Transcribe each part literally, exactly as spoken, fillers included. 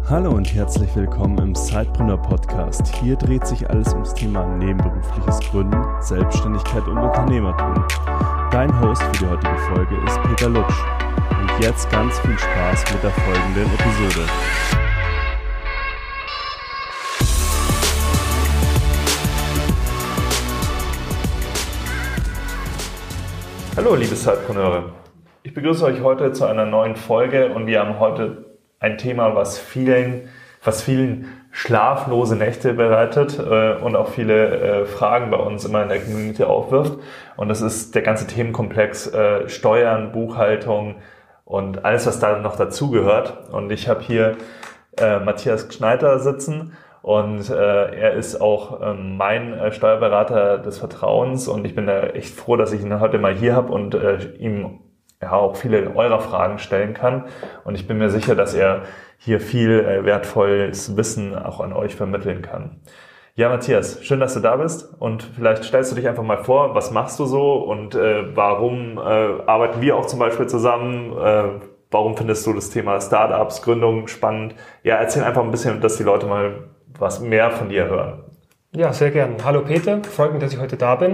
Hallo und herzlich willkommen im Sidepreneur Podcast. Hier dreht sich alles ums Thema nebenberufliches Gründen, Selbstständigkeit und Unternehmertum. Dein Host für die heutige Folge ist Peter Lutsch. Und jetzt ganz viel Spaß mit der folgenden Episode. Hallo liebe Sidepreneure, ich begrüße euch heute zu einer neuen Folge und wir haben heute ein Thema, was vielen, was vielen schlaflose Nächte bereitet äh, und auch viele äh, Fragen bei uns immer in der Community aufwirft. Und das ist der ganze Themenkomplex äh, Steuern, Buchhaltung und alles, was da noch dazugehört. Und ich habe hier äh, Matthias Gschneider sitzen. Und äh, er ist auch ähm, mein äh, Steuerberater des Vertrauens und ich bin da echt froh, dass ich ihn heute mal hier habe und äh, ihm ja auch viele eurer Fragen stellen kann. Und ich bin mir sicher, dass er hier viel äh, wertvolles Wissen auch an euch vermitteln kann. Ja, Matthias, schön, dass du da bist und vielleicht stellst du dich einfach mal vor, was machst du so und äh, warum äh, arbeiten wir auch zum Beispiel zusammen? Äh, warum findest du das Thema Startups, Gründung spannend? Ja, erzähl einfach ein bisschen, dass die Leute mal was mehr von dir hören. Ja, sehr gern. Hallo Peter, freut mich, dass ich heute da bin.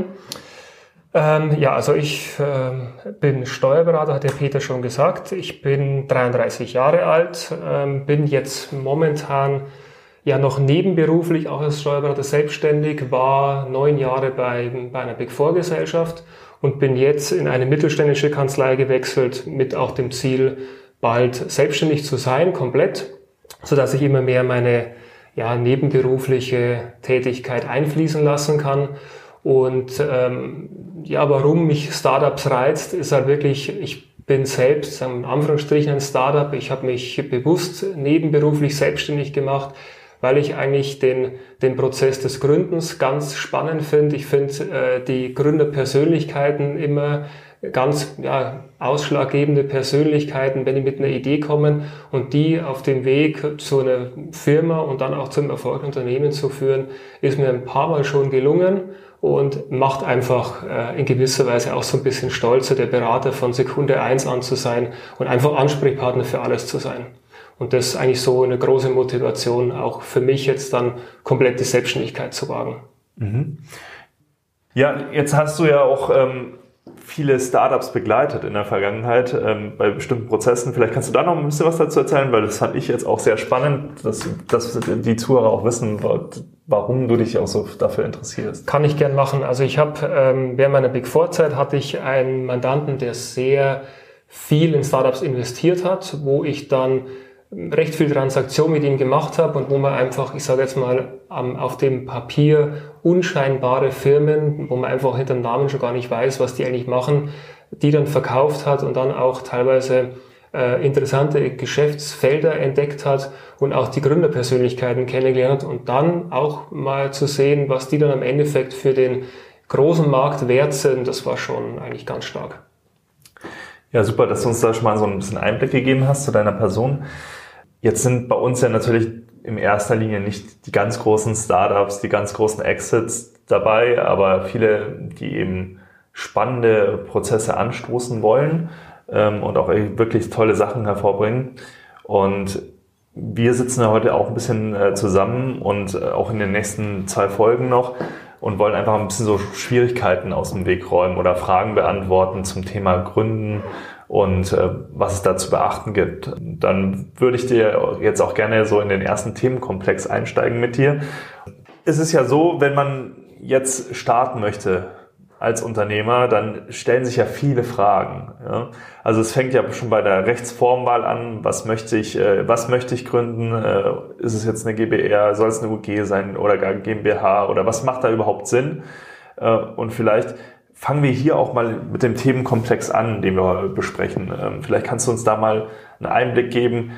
Ähm, ja, also ich ähm, bin Steuerberater, hat der Peter schon gesagt. Ich bin dreiunddreißig Jahre alt, ähm, bin jetzt momentan ja noch nebenberuflich auch als Steuerberater selbstständig, war neun Jahre bei, bei einer Big Four Gesellschaft und bin jetzt in eine mittelständische Kanzlei gewechselt mit auch dem Ziel, bald selbstständig zu sein, komplett, sodass ich immer mehr meine ja, nebenberufliche Tätigkeit einfließen lassen kann. Und ähm, ja, warum mich Startups reizt, ist halt wirklich, ich bin selbst, sagen wir in Anführungsstrichen, ein Startup. Ich habe mich bewusst nebenberuflich selbstständig gemacht, weil ich eigentlich den, den Prozess des Gründens ganz spannend finde. Ich finde äh, die Gründerpersönlichkeiten immer ganz ja, ausschlaggebende Persönlichkeiten, wenn die mit einer Idee kommen und die auf dem Weg zu einer Firma und dann auch zum Erfolgsunternehmen zu führen, ist mir ein paar Mal schon gelungen und macht einfach äh, in gewisser Weise auch so ein bisschen stolzer, der Berater von Sekunde eins an zu sein und einfach Ansprechpartner für alles zu sein. Und das ist eigentlich so eine große Motivation, auch für mich jetzt dann komplett die Selbstständigkeit zu wagen. Mhm. Ja, jetzt hast du ja auch ähm viele Startups begleitet in der Vergangenheit ähm, bei bestimmten Prozessen. Vielleicht kannst du da noch ein bisschen was dazu erzählen, weil das fand ich jetzt auch sehr spannend, dass, dass die Zuhörer auch wissen, warum du dich auch so dafür interessierst. Kann ich gern machen. Also ich habe ähm, während meiner Big Four Zeit hatte ich einen Mandanten, der sehr viel in Startups investiert hat, wo ich dann recht viel Transaktion mit ihm gemacht habe und wo man einfach, ich sage jetzt mal, um, auf dem Papier unscheinbare Firmen, wo man einfach hinter dem Namen schon gar nicht weiß, was die eigentlich machen, die dann verkauft hat und dann auch teilweise äh, interessante Geschäftsfelder entdeckt hat und auch die Gründerpersönlichkeiten kennengelernt und dann auch mal zu sehen, was die dann am Endeffekt für den großen Markt wert sind, das war schon eigentlich ganz stark. Ja, super, dass du uns da schon mal so ein bisschen Einblick gegeben hast zu deiner Person. Jetzt sind bei uns ja natürlich in erster Linie nicht die ganz großen Startups, die ganz großen Exits dabei, aber viele, die eben spannende Prozesse anstoßen wollen ähm, und auch wirklich tolle Sachen hervorbringen. Und wir sitzen ja heute auch ein bisschen äh, zusammen und äh, auch in den nächsten zwei Folgen noch und wollen einfach ein bisschen so Schwierigkeiten aus dem Weg räumen oder Fragen beantworten zum Thema Gründen und äh, was es da zu beachten gibt. Dann würde ich dir jetzt auch gerne so in den ersten Themenkomplex einsteigen mit dir. Es ist ja so, wenn man jetzt starten möchte als Unternehmer, dann stellen sich ja viele Fragen. Ja? Also es fängt ja schon bei der Rechtsformwahl an. Was möchte ich, äh, was möchte ich gründen? Äh, ist es jetzt eine GbR? Soll es eine U G sein oder gar GmbH? Oder was macht da überhaupt Sinn? Äh, und vielleicht fangen wir hier auch mal mit dem Themenkomplex an, den wir besprechen. Ähm, vielleicht kannst du uns da mal einen Einblick geben,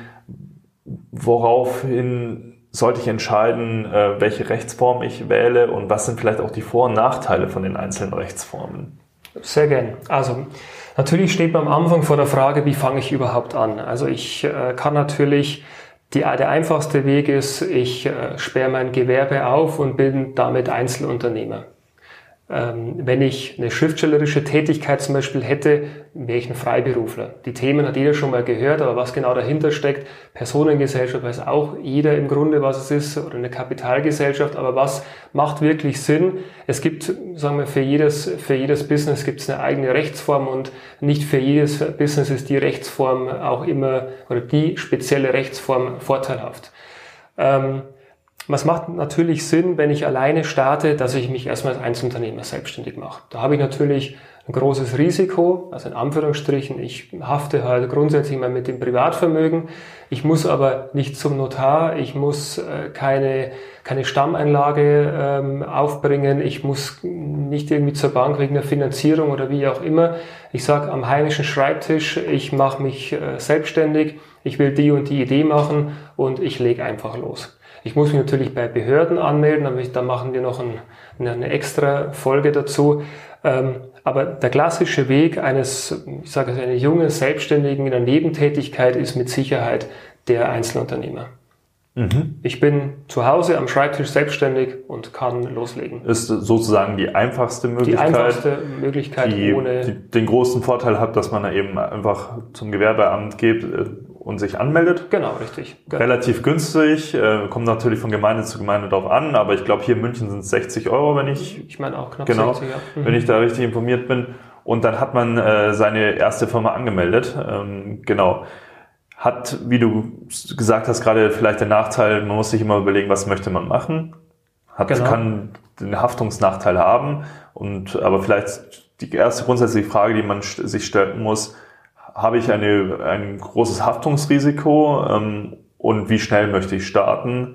woraufhin sollte ich entscheiden, äh, welche Rechtsform ich wähle und was sind vielleicht auch die Vor- und Nachteile von den einzelnen Rechtsformen? Sehr gern. Also natürlich steht man am Anfang vor der Frage, wie fange ich überhaupt an? Also ich äh, kann natürlich, die, der einfachste Weg ist, ich äh, sperre mein Gewerbe auf und bin damit Einzelunternehmer. Ähm, wenn ich eine schriftstellerische Tätigkeit zum Beispiel hätte, wäre ich ein Freiberufler. Die Themen hat jeder schon mal gehört, aber was genau dahinter steckt, Personengesellschaft weiß auch jeder im Grunde, was es ist, oder eine Kapitalgesellschaft, aber was macht wirklich Sinn? Es gibt, sagen wir, für jedes, für jedes Business gibt es eine eigene Rechtsform und nicht für jedes Business ist die Rechtsform auch immer, oder die spezielle Rechtsform vorteilhaft. Ähm, Was macht natürlich Sinn, wenn ich alleine starte, dass ich mich erstmal als Einzelunternehmer selbstständig mache. Da habe ich natürlich ein großes Risiko, also in Anführungsstrichen, ich hafte halt grundsätzlich mal mit dem Privatvermögen. Ich muss aber nicht zum Notar, ich muss äh, keine, keine Stammeinlage ähm, aufbringen, ich muss nicht irgendwie zur Bank wegen der Finanzierung oder wie auch immer. Ich sage am heimischen Schreibtisch, ich mache mich äh, selbstständig, ich will die und die Idee machen und ich lege einfach los. Ich muss mich natürlich bei Behörden anmelden, aber da machen wir noch ein, eine extra Folge dazu. Aber der klassische Weg eines, ich sage es, eines jungen Selbstständigen in der Nebentätigkeit ist mit Sicherheit der Einzelunternehmer. Mhm. Ich bin zu Hause am Schreibtisch selbstständig und kann loslegen. Ist sozusagen die einfachste Möglichkeit, die einfachste Möglichkeit die, ohne die den großen Vorteil hat, dass man da eben einfach zum Gewerbeamt geht und sich anmeldet. Genau, richtig. Genau. Relativ günstig, äh, kommt natürlich von Gemeinde zu Gemeinde drauf an, aber ich glaube hier in München sind es sechzig Euro, wenn ich... Ich meine auch knapp genau, sechzig, ja. Mhm. Wenn ich da richtig informiert bin. Und dann hat man äh, seine erste Firma angemeldet. Ähm, genau. Hat, wie du gesagt hast, gerade vielleicht den Nachteil, man muss sich immer überlegen, was möchte man machen. Hat, genau. Kann den Haftungsnachteil haben. Und aber vielleicht die erste grundsätzliche Frage, die man sich stellen muss, habe ich eine, ein großes Haftungsrisiko ähm, und wie schnell möchte ich starten,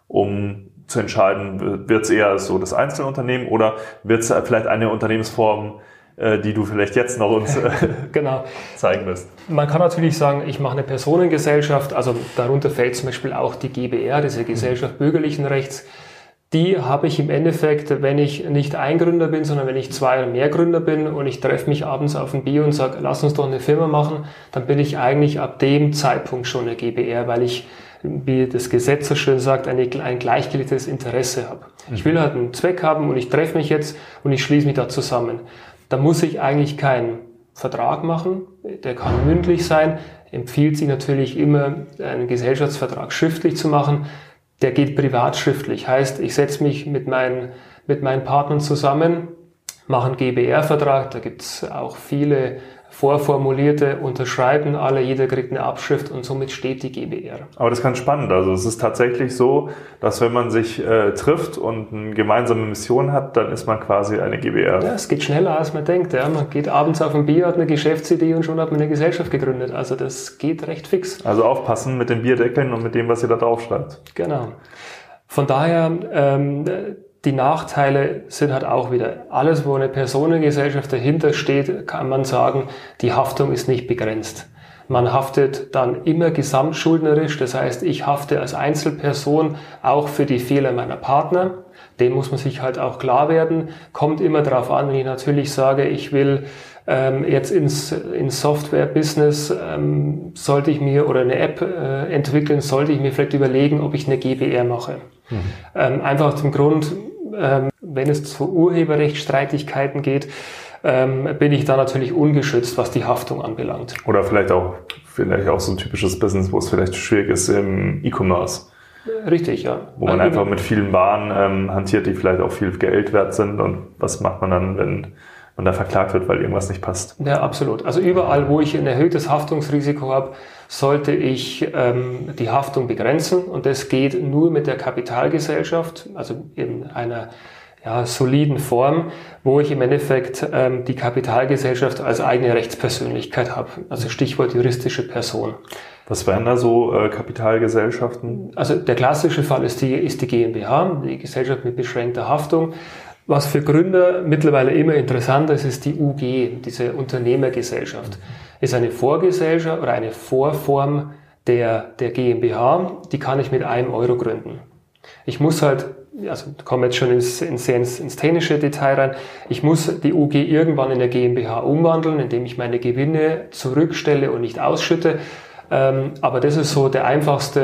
um zu entscheiden, wird es eher so das Einzelunternehmen oder wird es vielleicht eine Unternehmensform, äh, die du vielleicht jetzt noch uns äh, genau. zeigen wirst. Man kann natürlich sagen, ich mache eine Personengesellschaft, also darunter fällt zum Beispiel auch die G b R, diese Gesellschaft bürgerlichen Rechts. Die habe ich im Endeffekt, wenn ich nicht ein Gründer bin, sondern wenn ich zwei oder mehr Gründer bin und ich treffe mich abends auf ein Bier und sage, lass uns doch eine Firma machen, dann bin ich eigentlich ab dem Zeitpunkt schon eine G b R, weil ich, wie das Gesetz so schön sagt, eine, ein gleichgültiges Interesse habe. Mhm. Ich will halt einen Zweck haben und ich treffe mich jetzt und ich schließe mich da zusammen. Da muss ich eigentlich keinen Vertrag machen, der kann mündlich sein, empfiehlt sich natürlich immer, einen Gesellschaftsvertrag schriftlich zu machen. Der geht privat schriftlich, heißt, ich setze mich mit meinen, mit meinen Partnern zusammen, mache einen G b R-Vertrag, da gibt es auch viele vorformulierte, unterschreiben alle, jeder kriegt eine Abschrift und somit steht die G b R. Aber das ist ganz spannend, also es ist tatsächlich so, dass wenn man sich äh, trifft und eine gemeinsame Mission hat, dann ist man quasi eine G b R. Ja, es geht schneller als man denkt, ja. Man geht abends auf ein Bier, hat eine Geschäftsidee und schon hat man eine Gesellschaft gegründet, also das geht recht fix. Also aufpassen mit den Bierdeckeln und mit dem, was ihr da drauf schreibt. Genau. Von daher, ähm, die Nachteile sind halt auch wieder, alles, wo eine Personengesellschaft dahinter steht, kann man sagen, die Haftung ist nicht begrenzt. Man haftet dann immer gesamtschuldnerisch, das heißt, ich hafte als Einzelperson auch für die Fehler meiner Partner. Den muss man sich halt auch klar werden. Kommt immer darauf an, wenn ich natürlich sage, ich will ähm, jetzt ins, ins Software-Business, ähm, sollte ich mir oder eine App äh, entwickeln, sollte ich mir vielleicht überlegen, ob ich eine G b R mache. Mhm. Ähm, einfach zum Grund, ähm, wenn es zu Urheberrechtsstreitigkeiten geht, ähm, bin ich da natürlich ungeschützt, was die Haftung anbelangt. Oder vielleicht auch, vielleicht auch so ein typisches Business, wo es vielleicht schwierig ist im E-Commerce. Richtig, ja. Wo man einfach mit vielen Waren ähm, hantiert, die vielleicht auch viel Geld wert sind. Und was macht man dann, wenn man da verklagt wird, weil irgendwas nicht passt? Ja, absolut. Also überall, wo ich ein erhöhtes Haftungsrisiko habe, sollte ich ähm, die Haftung begrenzen. Und das geht nur mit der Kapitalgesellschaft, also in einer ja, soliden Form, wo ich im Endeffekt ähm, die Kapitalgesellschaft als eigene Rechtspersönlichkeit habe. Also Stichwort juristische Person. Was wären da so äh, Kapitalgesellschaften? Also der klassische Fall ist die, ist die GmbH, die Gesellschaft mit beschränkter Haftung. Was für Gründer mittlerweile immer interessanter ist, ist die U G, diese Unternehmergesellschaft. Ist eine Vorgesellschaft oder eine Vorform der, der GmbH, die kann ich mit einem Euro gründen. Ich muss halt, also komme jetzt schon ins, ins, ins, ins technische Detail rein, ich muss die U G irgendwann in der GmbH umwandeln, indem ich meine Gewinne zurückstelle und nicht ausschütte. Ähm, aber das ist so der einfachste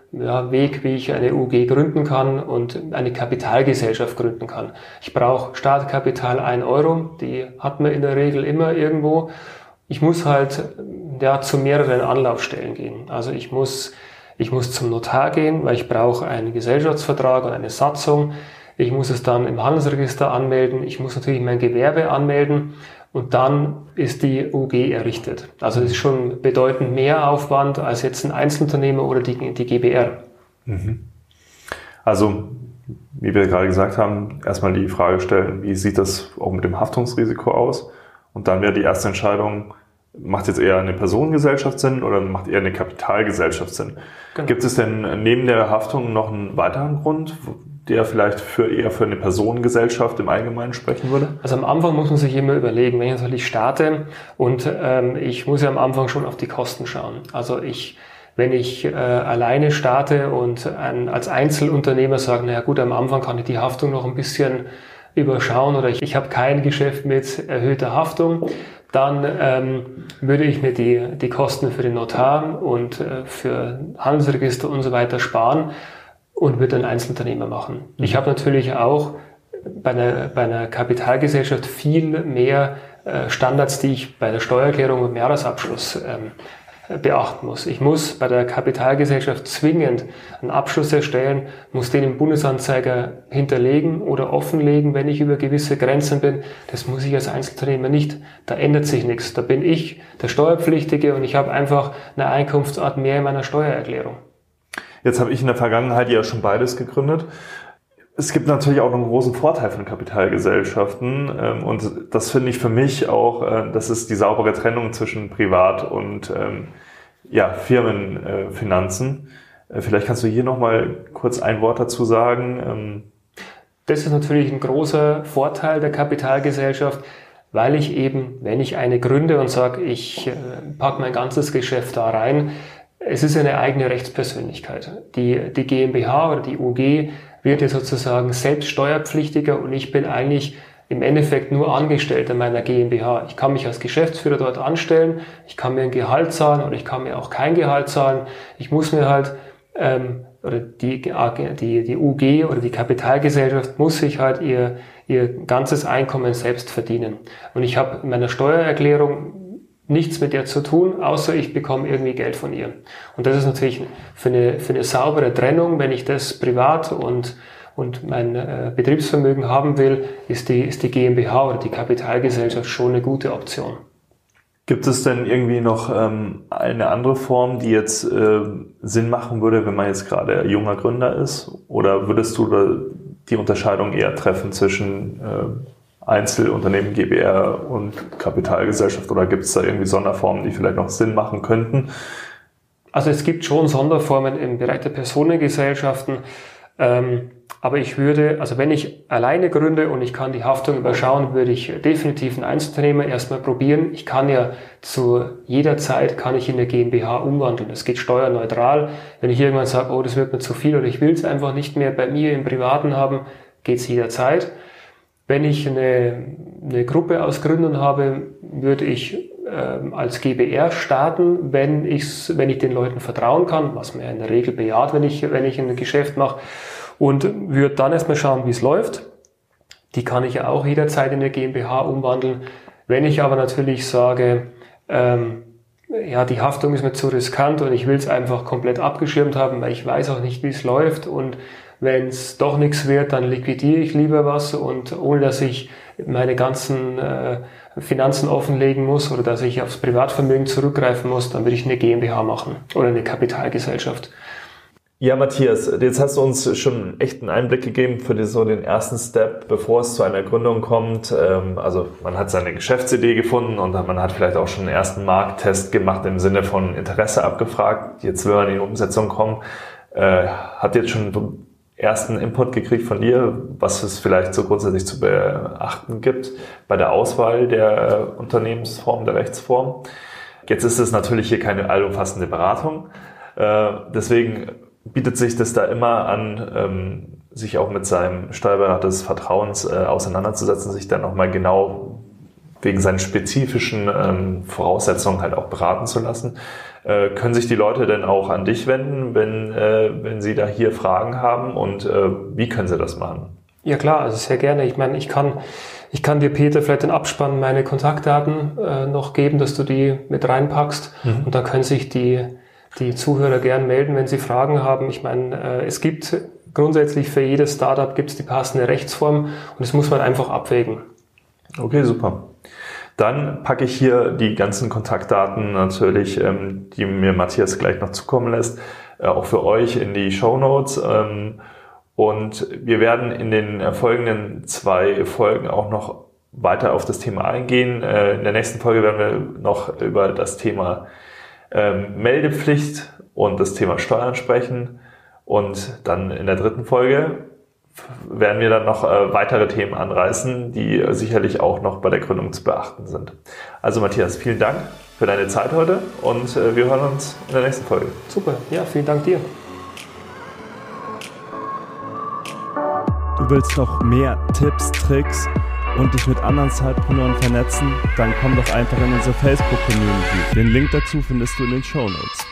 ja, Weg, wie ich eine U G gründen kann und eine Kapitalgesellschaft gründen kann. Ich brauche Startkapital ein Euro, die hat man in der Regel immer irgendwo. Ich muss halt ja, zu mehreren Anlaufstellen gehen. Also ich muss, ich muss zum Notar gehen, weil ich brauche einen Gesellschaftsvertrag und eine Satzung. Ich muss es dann im Handelsregister anmelden. Ich muss natürlich mein Gewerbe anmelden. Und dann ist die U G errichtet. Also das ist schon bedeutend mehr Aufwand als jetzt ein Einzelunternehmer oder die, die G b R. Also, wie wir gerade gesagt haben, erstmal die Frage stellen, wie sieht das auch mit dem Haftungsrisiko aus? Und dann wäre die erste Entscheidung, macht jetzt eher eine Personengesellschaft Sinn oder macht eher eine Kapitalgesellschaft Sinn? Genau. Gibt es denn neben der Haftung noch einen weiteren Grund, der vielleicht für eher für eine Personengesellschaft im Allgemeinen sprechen würde? Also am Anfang muss man sich immer überlegen, wenn ich natürlich starte und ähm, ich muss ja am Anfang schon auf die Kosten schauen. Also ich, wenn ich äh, alleine starte und ein, als Einzelunternehmer sage, naja gut, am Anfang kann ich die Haftung noch ein bisschen überschauen oder ich, ich habe kein Geschäft mit erhöhter Haftung, dann ähm, würde ich mir die, die Kosten für den Notar und äh, für Handelsregister und so weiter sparen und würde einen Einzelunternehmer machen. Mhm. Ich habe natürlich auch bei einer, bei einer Kapitalgesellschaft viel mehr äh, Standards, die ich bei der Steuererklärung und Jahresabschluss ähm, beachten muss. Ich muss bei der Kapitalgesellschaft zwingend einen Abschluss erstellen, muss den im Bundesanzeiger hinterlegen oder offenlegen, wenn ich über gewisse Grenzen bin. Das muss ich als Einzelunternehmer nicht. Da ändert sich nichts. Da bin ich der Steuerpflichtige und ich habe einfach eine Einkunftsart mehr in meiner Steuererklärung. Jetzt habe ich in der Vergangenheit ja schon beides gegründet. Es gibt natürlich auch noch einen großen Vorteil von Kapitalgesellschaften und das finde ich für mich auch, das ist die saubere Trennung zwischen Privat- und ja, Firmenfinanzen. Vielleicht kannst du hier nochmal kurz ein Wort dazu sagen. Das ist natürlich ein großer Vorteil der Kapitalgesellschaft, weil ich eben, wenn ich eine gründe und sage, ich packe mein ganzes Geschäft da rein, es ist eine eigene Rechtspersönlichkeit. Die, die GmbH oder die U G wird ja sozusagen selbst steuerpflichtiger und ich bin eigentlich im Endeffekt nur Angestellter meiner GmbH. Ich kann mich als Geschäftsführer dort anstellen, ich kann mir ein Gehalt zahlen oder ich kann mir auch kein Gehalt zahlen. Ich muss mir halt, ähm, oder die, die, die U G oder die Kapitalgesellschaft muss sich halt ihr, ihr ganzes Einkommen selbst verdienen. Und ich habe in meiner Steuererklärung nichts mit der zu tun, außer ich bekomme irgendwie Geld von ihr. Und das ist natürlich für eine, für eine saubere Trennung, wenn ich das privat und, und mein äh, Betriebsvermögen haben will, ist die, ist die GmbH oder die Kapitalgesellschaft schon eine gute Option. Gibt es denn irgendwie noch ähm, eine andere Form, die jetzt äh, Sinn machen würde, wenn man jetzt gerade junger Gründer ist? Oder würdest du die Unterscheidung eher treffen zwischen äh, Einzelunternehmen, G b R und Kapitalgesellschaft oder gibt es da irgendwie Sonderformen, die vielleicht noch Sinn machen könnten? Also es gibt schon Sonderformen im Bereich der Personengesellschaften, ähm, aber ich würde, also wenn ich alleine gründe und ich kann die Haftung überschauen, würde ich definitiv einen Einzelunternehmer erstmal probieren. Ich kann ja zu jeder Zeit, kann ich in eine GmbH umwandeln. Das geht steuerneutral. Wenn ich irgendwann sage, oh, das wird mir zu viel oder ich will es einfach nicht mehr bei mir im Privaten haben, geht es jederzeit. Wenn ich eine, eine Gruppe aus Gründern habe, würde ich ähm, als G b R starten, wenn, ich's, wenn ich den Leuten vertrauen kann, was mir in der Regel bejaht, wenn ich, wenn ich ein Geschäft mache, und würde dann erstmal schauen, wie es läuft. Die kann ich ja auch jederzeit in eine GmbH umwandeln. Wenn ich aber natürlich sage, ähm, ja, die Haftung ist mir zu riskant und ich will es einfach komplett abgeschirmt haben, weil ich weiß auch nicht, wie es läuft und wenn es doch nichts wird, dann liquidiere ich lieber was und ohne, dass ich meine ganzen äh, Finanzen offenlegen muss oder dass ich aufs Privatvermögen zurückgreifen muss, dann würde ich eine GmbH machen oder eine Kapitalgesellschaft. Ja, Matthias, jetzt hast du uns schon echt einen Einblick gegeben für die, so den ersten Step, bevor es zu einer Gründung kommt. Ähm, also man hat seine Geschäftsidee gefunden und man hat vielleicht auch schon einen ersten Markttest gemacht im Sinne von Interesse abgefragt. Jetzt will man in die Umsetzung kommen. Äh, hat jetzt schon ersten Input gekriegt von dir, was es vielleicht so grundsätzlich zu beachten gibt bei der Auswahl der Unternehmensform, der Rechtsform. Jetzt ist es natürlich hier keine allumfassende Beratung. Äh, deswegen bietet sich das da immer an, ähm, sich auch mit seinem Steuerberater des Vertrauens äh, auseinanderzusetzen, sich dann nochmal genau wegen seinen spezifischen ähm, Voraussetzungen halt auch beraten zu lassen. Äh, können sich die Leute denn auch an dich wenden, wenn, äh, wenn sie da hier Fragen haben und äh, wie können sie das machen? Ja klar, also sehr gerne. Ich meine, ich kann, ich kann dir, Peter, vielleicht den Abspann meine Kontaktdaten äh, noch geben, dass du die mit reinpackst mhm. und dann können sich die, die Zuhörer gern melden, wenn sie Fragen haben. Ich meine, äh, es gibt grundsätzlich für jedes Startup gibt es die passende Rechtsform und das muss man einfach abwägen. Okay, super. Dann packe ich hier die ganzen Kontaktdaten natürlich, ähm, die mir Matthias gleich noch zukommen lässt, äh, auch für euch in die Shownotes. Ähm, und wir werden in den folgenden zwei Folgen auch noch weiter auf das Thema eingehen. Äh, in der nächsten Folge werden wir noch über das Thema ähm, Meldepflicht und das Thema Steuern sprechen. Und dann in der dritten Folge werden wir dann noch äh, weitere Themen anreißen, die äh, sicherlich auch noch bei der Gründung zu beachten sind. Also Matthias, vielen Dank für deine Zeit heute und äh, wir hören uns in der nächsten Folge. Super, ja, vielen Dank dir. Du willst noch mehr Tipps, Tricks und dich mit anderen Sidepreneuren vernetzen? Dann komm doch einfach in unsere Facebook-Community. Den Link dazu findest du in den Shownotes.